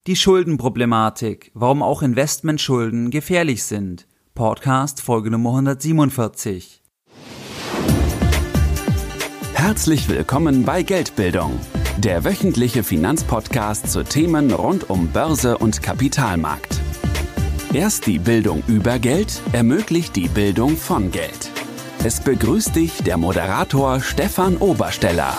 Die Schuldenproblematik, warum auch Investmentschulden gefährlich sind. Podcast Folge Nummer 147. Herzlich willkommen bei Geldbildung, der wöchentliche Finanzpodcast zu Themen rund um Börse und Kapitalmarkt. Erst die Bildung über Geld ermöglicht die Bildung von Geld. Es begrüßt dich der Moderator Stefan Obersteller.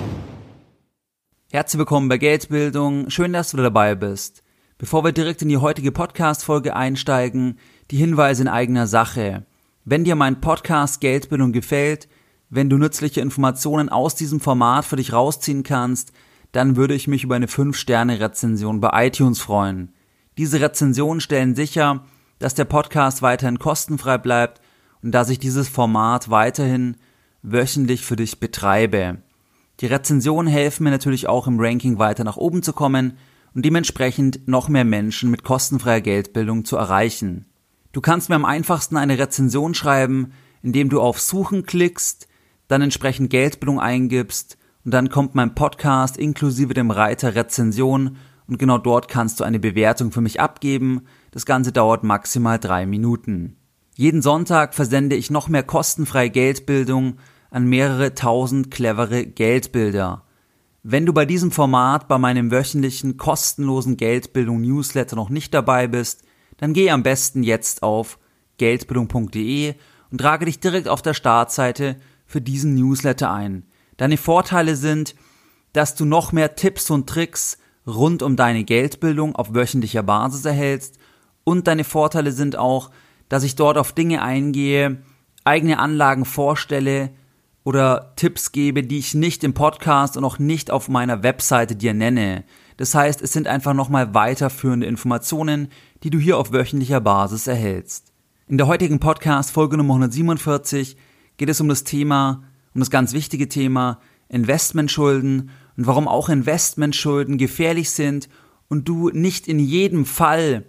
Herzlich willkommen bei Geldbildung, schön, dass du dabei bist. Bevor wir direkt in die heutige Podcast-Folge einsteigen, die Hinweise in eigener Sache. Wenn dir mein Podcast Geldbildung gefällt, wenn du nützliche Informationen aus diesem Format für dich rausziehen kannst, dann würde ich mich über eine 5-Sterne-Rezension bei iTunes freuen. Diese Rezensionen stellen sicher, dass der Podcast weiterhin kostenfrei bleibt und dass ich dieses Format weiterhin wöchentlich für dich betreibe. Die Rezensionen helfen mir natürlich auch im Ranking weiter nach oben zu kommen und dementsprechend noch mehr Menschen mit kostenfreier Geldbildung zu erreichen. Du kannst mir am einfachsten eine Rezension schreiben, indem du auf Suchen klickst, dann entsprechend Geldbildung eingibst und dann kommt mein Podcast inklusive dem Reiter Rezension und genau dort kannst du eine Bewertung für mich abgeben. Das Ganze dauert maximal 3 Minuten. Jeden Sonntag versende ich noch mehr kostenfreie Geldbildung an mehrere tausend clevere Geldbilder. Wenn du bei diesem Format bei meinem wöchentlichen kostenlosen Geldbildung-Newsletter noch nicht dabei bist, dann geh am besten jetzt auf geldbildung.de und trage dich direkt auf der Startseite für diesen Newsletter ein. Deine Vorteile sind, dass du noch mehr Tipps und Tricks rund um deine Geldbildung auf wöchentlicher Basis erhältst und deine Vorteile sind auch, dass ich dort auf Dinge eingehe, eigene Anlagen vorstelle oder Tipps gebe, die ich nicht im Podcast und auch nicht auf meiner Webseite dir nenne. Das heißt, es sind einfach nochmal weiterführende Informationen, die du hier auf wöchentlicher Basis erhältst. In der heutigen Podcast Folge Nummer 147 geht es um das ganz wichtige Thema Investmentschulden und warum auch Investmentschulden gefährlich sind und du nicht in jedem Fall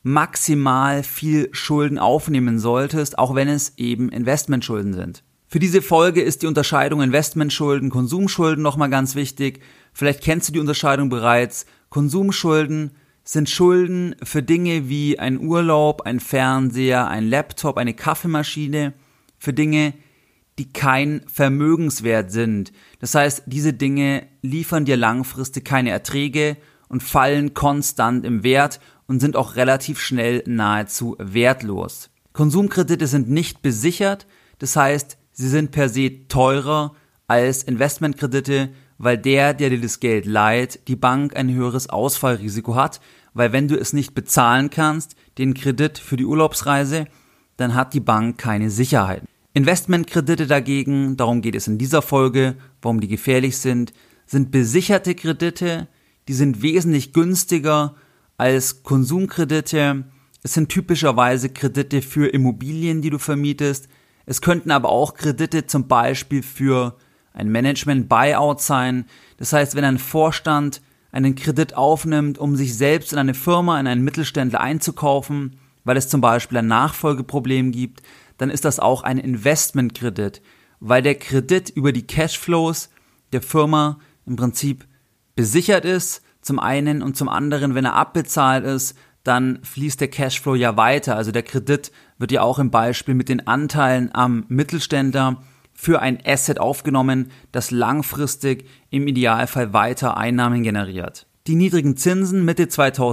maximal viel Schulden aufnehmen solltest, auch wenn es eben Investmentschulden sind. Für diese Folge ist die Unterscheidung Investmentschulden, Konsumschulden nochmal ganz wichtig. Vielleicht kennst du die Unterscheidung bereits. Konsumschulden sind Schulden für Dinge wie ein Urlaub, ein Fernseher, ein Laptop, eine Kaffeemaschine, für Dinge, die kein Vermögenswert sind. Das heißt, diese Dinge liefern dir langfristig keine Erträge und fallen konstant im Wert und sind auch relativ schnell nahezu wertlos. Konsumkredite sind nicht besichert, das heißt, sie sind per se teurer als Investmentkredite, weil der dir das Geld leiht, die Bank ein höheres Ausfallrisiko hat, weil wenn du es nicht bezahlen kannst, den Kredit für die Urlaubsreise, dann hat die Bank keine Sicherheit. Investmentkredite dagegen, darum geht es in dieser Folge, warum die gefährlich sind besicherte Kredite, die sind wesentlich günstiger als Konsumkredite. Es sind typischerweise Kredite für Immobilien, die du vermietest. Es könnten aber auch Kredite zum Beispiel für ein Management-Buyout sein. Das heißt, wenn ein Vorstand einen Kredit aufnimmt, um sich selbst in eine Firma, in einen Mittelständler einzukaufen, weil es zum Beispiel ein Nachfolgeproblem gibt, dann ist das auch ein Investmentkredit, weil der Kredit über die Cashflows der Firma im Prinzip besichert ist, zum einen und zum anderen, wenn er abbezahlt ist, dann fließt der Cashflow ja weiter. Also der Kredit wird ja auch im Beispiel mit den Anteilen am Mittelständler für ein Asset aufgenommen, das langfristig im Idealfall weiter Einnahmen generiert. Die niedrigen Zinsen Mitte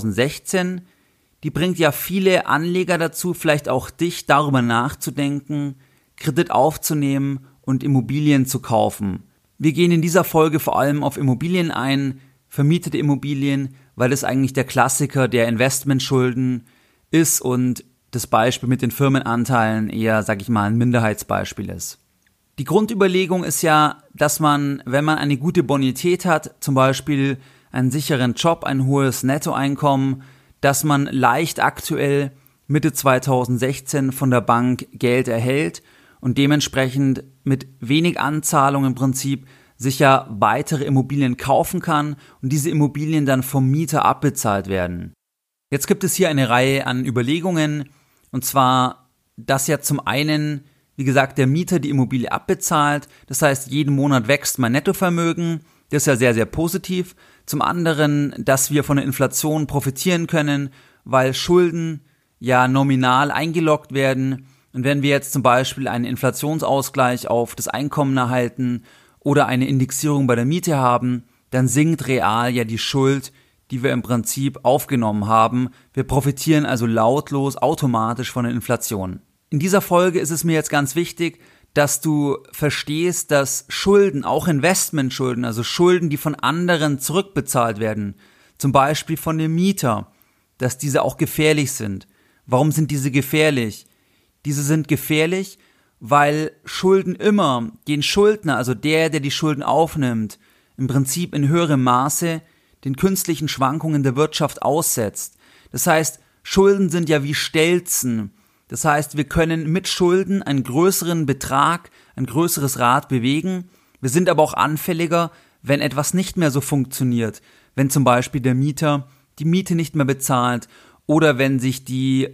2016, die bringt ja viele Anleger dazu, vielleicht auch dich, darüber nachzudenken, Kredit aufzunehmen und Immobilien zu kaufen. Wir gehen in dieser Folge vor allem auf Immobilien ein, vermietete Immobilien, weil das eigentlich der Klassiker der Investmentschulden ist und das Beispiel mit den Firmenanteilen eher, sag ich mal, ein Minderheitsbeispiel ist. Die Grundüberlegung ist ja, dass man, wenn man eine gute Bonität hat, zum Beispiel einen sicheren Job, ein hohes Nettoeinkommen, dass man leicht aktuell Mitte 2016 von der Bank Geld erhält und dementsprechend mit wenig Anzahlung im Prinzip sich ja weitere Immobilien kaufen kann und diese Immobilien dann vom Mieter abbezahlt werden. Jetzt gibt es hier eine Reihe an Überlegungen und zwar, dass ja zum einen, wie gesagt, der Mieter die Immobilie abbezahlt, das heißt jeden Monat wächst mein Nettovermögen, das ist ja sehr, sehr positiv. Zum anderen, dass wir von der Inflation profitieren können, weil Schulden ja nominal eingeloggt werden. Und wenn wir jetzt zum Beispiel einen Inflationsausgleich auf das Einkommen erhalten oder eine Indexierung bei der Miete haben, dann sinkt real ja die Schuld, die wir im Prinzip aufgenommen haben. Wir profitieren also lautlos automatisch von der Inflation. In dieser Folge ist es mir jetzt ganz wichtig, dass du verstehst, dass Schulden, auch Investmentschulden, also Schulden, die von anderen zurückbezahlt werden, zum Beispiel von dem Mieter, dass diese auch gefährlich sind. Warum sind diese gefährlich? Diese sind gefährlich, weil Schulden immer den Schuldner, also der die Schulden aufnimmt, im Prinzip in höherem Maße den künstlichen Schwankungen der Wirtschaft aussetzt. Das heißt, Schulden sind ja wie Stelzen. Das heißt, wir können mit Schulden einen größeren Betrag, ein größeres Rad bewegen. Wir sind aber auch anfälliger, wenn etwas nicht mehr so funktioniert. Wenn zum Beispiel der Mieter die Miete nicht mehr bezahlt oder wenn sich die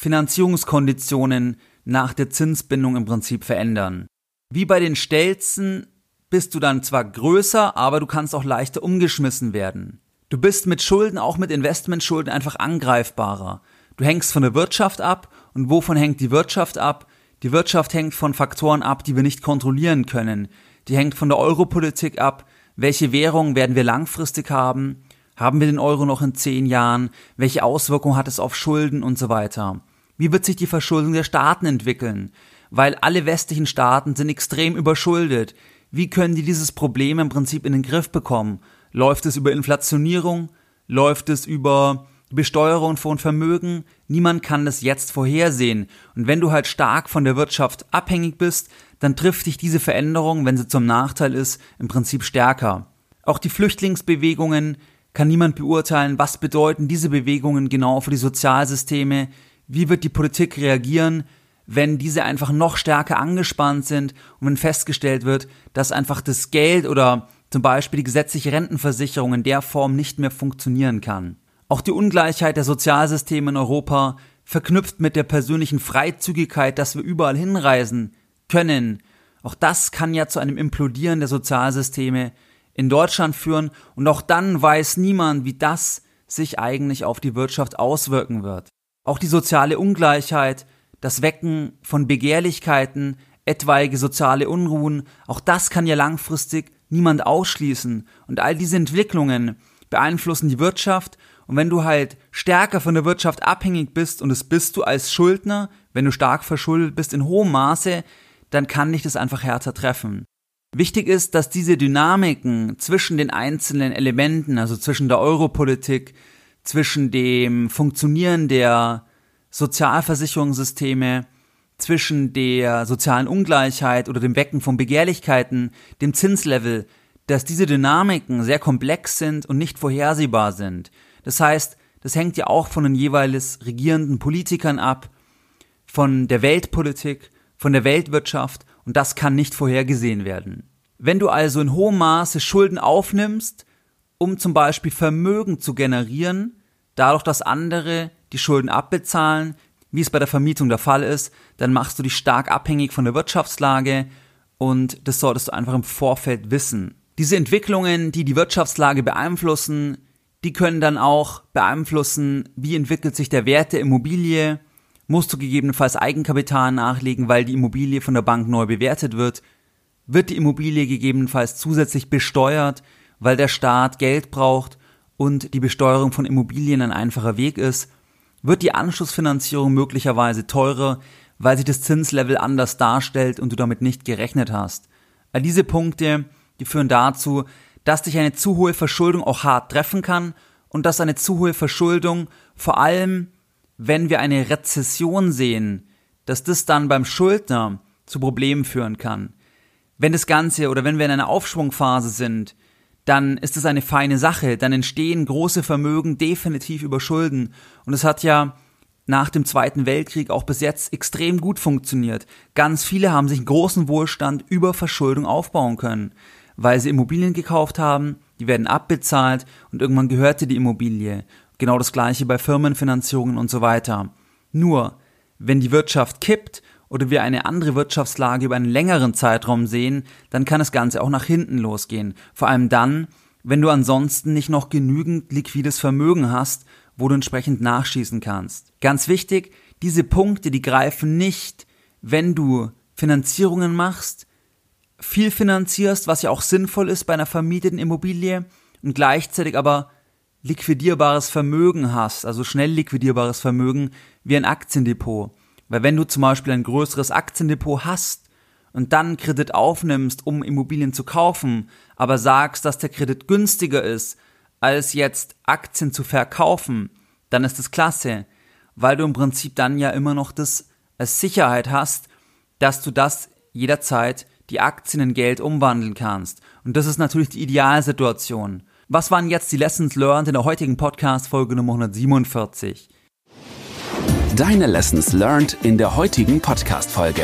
Finanzierungskonditionen nach der Zinsbindung im Prinzip verändern. Wie bei den Stelzen bist du dann zwar größer, aber du kannst auch leichter umgeschmissen werden. Du bist mit Schulden, auch mit Investmentschulden, einfach angreifbarer. Du hängst von der Wirtschaft ab. Und wovon hängt die Wirtschaft ab? Die Wirtschaft hängt von Faktoren ab, die wir nicht kontrollieren können. Die hängt von der Europolitik ab. Welche Währung werden wir langfristig haben? Haben wir den Euro noch in 10 Jahren? Welche Auswirkungen hat es auf Schulden und so weiter? Wie wird sich die Verschuldung der Staaten entwickeln? Weil alle westlichen Staaten sind extrem überschuldet. Wie können die dieses Problem im Prinzip in den Griff bekommen? Läuft es über Inflationierung? Läuft es über Besteuerung von Vermögen? Niemand kann das jetzt vorhersehen. Und wenn du halt stark von der Wirtschaft abhängig bist, dann trifft dich diese Veränderung, wenn sie zum Nachteil ist, im Prinzip stärker. Auch die Flüchtlingsbewegungen kann niemand beurteilen. Was bedeuten diese Bewegungen genau für die Sozialsysteme? Wie wird die Politik reagieren, wenn diese einfach noch stärker angespannt sind und wenn festgestellt wird, dass einfach das Geld oder zum Beispiel die gesetzliche Rentenversicherung in der Form nicht mehr funktionieren kann? Auch die Ungleichheit der Sozialsysteme in Europa, verknüpft mit der persönlichen Freizügigkeit, dass wir überall hinreisen können, auch das kann ja zu einem Implodieren der Sozialsysteme in Deutschland führen und auch dann weiß niemand, wie das sich eigentlich auf die Wirtschaft auswirken wird. Auch die soziale Ungleichheit, das Wecken von Begehrlichkeiten, etwaige soziale Unruhen, auch das kann ja langfristig niemand ausschließen. Und all diese Entwicklungen beeinflussen die Wirtschaft. Und wenn du halt stärker von der Wirtschaft abhängig bist, und das bist du als Schuldner, wenn du stark verschuldet bist in hohem Maße, dann kann dich das einfach härter treffen. Wichtig ist, dass diese Dynamiken zwischen den einzelnen Elementen, also zwischen der Europolitik, zwischen dem Funktionieren der Sozialversicherungssysteme, zwischen der sozialen Ungleichheit oder dem Wecken von Begehrlichkeiten, dem Zinslevel, dass diese Dynamiken sehr komplex sind und nicht vorhersehbar sind. Das heißt, das hängt ja auch von den jeweils regierenden Politikern ab, von der Weltpolitik, von der Weltwirtschaft, und das kann nicht vorhergesehen werden. Wenn du also in hohem Maße Schulden aufnimmst, um zum Beispiel Vermögen zu generieren, dadurch, dass andere die Schulden abbezahlen, wie es bei der Vermietung der Fall ist, dann machst du dich stark abhängig von der Wirtschaftslage und das solltest du einfach im Vorfeld wissen. Diese Entwicklungen, die die Wirtschaftslage beeinflussen, die können dann auch beeinflussen, wie entwickelt sich der Wert der Immobilie, musst du gegebenenfalls Eigenkapital nachlegen, weil die Immobilie von der Bank neu bewertet wird, die Immobilie gegebenenfalls zusätzlich besteuert, weil der Staat Geld braucht und die Besteuerung von Immobilien ein einfacher Weg ist, wird die Anschlussfinanzierung möglicherweise teurer, weil sich das Zinslevel anders darstellt und du damit nicht gerechnet hast. All diese Punkte, die führen dazu, dass dich eine zu hohe Verschuldung auch hart treffen kann und dass eine zu hohe Verschuldung, vor allem wenn wir eine Rezession sehen, dass das dann beim Schuldner zu Problemen führen kann. Wenn das Ganze oder wenn wir in einer Aufschwungphase sind, dann ist es eine feine Sache, dann entstehen große Vermögen definitiv über Schulden und es hat ja nach dem Zweiten Weltkrieg auch bis jetzt extrem gut funktioniert. Ganz viele haben sich einen großen Wohlstand über Verschuldung aufbauen können, weil sie Immobilien gekauft haben, die werden abbezahlt und irgendwann gehörte die Immobilie. Genau das gleiche bei Firmenfinanzierungen und so weiter. Nur, wenn die Wirtschaft kippt oder wir eine andere Wirtschaftslage über einen längeren Zeitraum sehen, dann kann das Ganze auch nach hinten losgehen. Vor allem dann, wenn du ansonsten nicht noch genügend liquides Vermögen hast, wo du entsprechend nachschießen kannst. Ganz wichtig, diese Punkte, die greifen nicht, wenn du Finanzierungen machst, viel finanzierst, was ja auch sinnvoll ist bei einer vermieteten Immobilie und gleichzeitig aber liquidierbares Vermögen hast, also schnell liquidierbares Vermögen wie ein Aktiendepot. Weil wenn du zum Beispiel ein größeres Aktiendepot hast und dann einen Kredit aufnimmst, um Immobilien zu kaufen, aber sagst, dass der Kredit günstiger ist, als jetzt Aktien zu verkaufen, dann ist das klasse, weil du im Prinzip dann ja immer noch das als Sicherheit hast, dass du das jederzeit die Aktien in Geld umwandeln kannst. Und das ist natürlich die Idealsituation. Was waren jetzt die Lessons learned in der heutigen Podcast-Folge Nummer 147? Deine Lessons learned in der heutigen Podcast-Folge.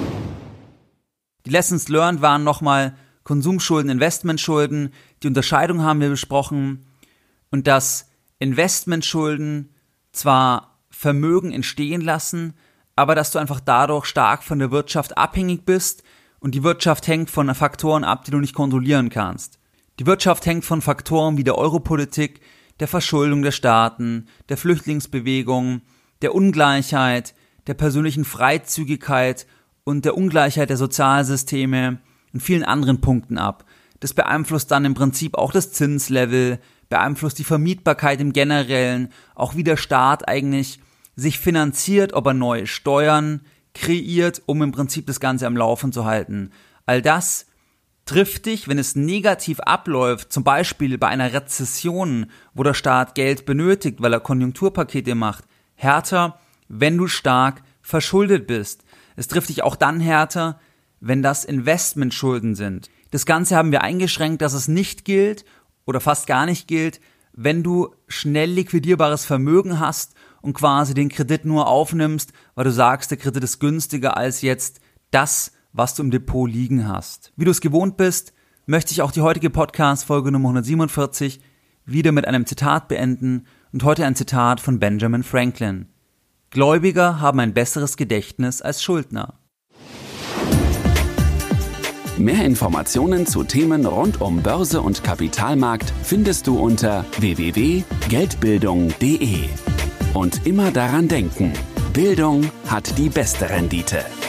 Die Lessons learned waren nochmal Konsumschulden, Investmentschulden. Die Unterscheidung haben wir besprochen. Und dass Investmentschulden zwar Vermögen entstehen lassen, aber dass du einfach dadurch stark von der Wirtschaft abhängig bist und die Wirtschaft hängt von Faktoren ab, die du nicht kontrollieren kannst. Die Wirtschaft hängt von Faktoren wie der Europolitik, der Verschuldung der Staaten, der Flüchtlingsbewegung, der Ungleichheit, der persönlichen Freizügigkeit und der Ungleichheit der Sozialsysteme und vielen anderen Punkten ab. Das beeinflusst dann im Prinzip auch das Zinslevel, beeinflusst die Vermietbarkeit im Generellen, auch wie der Staat eigentlich sich finanziert, ob er neue Steuern kreiert, um im Prinzip das Ganze am Laufen zu halten. All das trifft dich, wenn es negativ abläuft, zum Beispiel bei einer Rezession, wo der Staat Geld benötigt, weil er Konjunkturpakete macht, härter, wenn du stark verschuldet bist. Es trifft dich auch dann härter, wenn das Investmentschulden sind. Das Ganze haben wir eingeschränkt, dass es nicht gilt oder fast gar nicht gilt, wenn du schnell liquidierbares Vermögen hast und quasi den Kredit nur aufnimmst, weil du sagst, der Kredit ist günstiger als jetzt das, was du im Depot liegen hast. Wie du es gewohnt bist, möchte ich auch die heutige Podcast-Folge Nummer 147 wieder mit einem Zitat beenden und heute ein Zitat von Benjamin Franklin. Gläubiger haben ein besseres Gedächtnis als Schuldner. Mehr Informationen zu Themen rund um Börse und Kapitalmarkt findest du unter www.geldbildung.de. Und immer daran denken, Bildung hat die beste Rendite.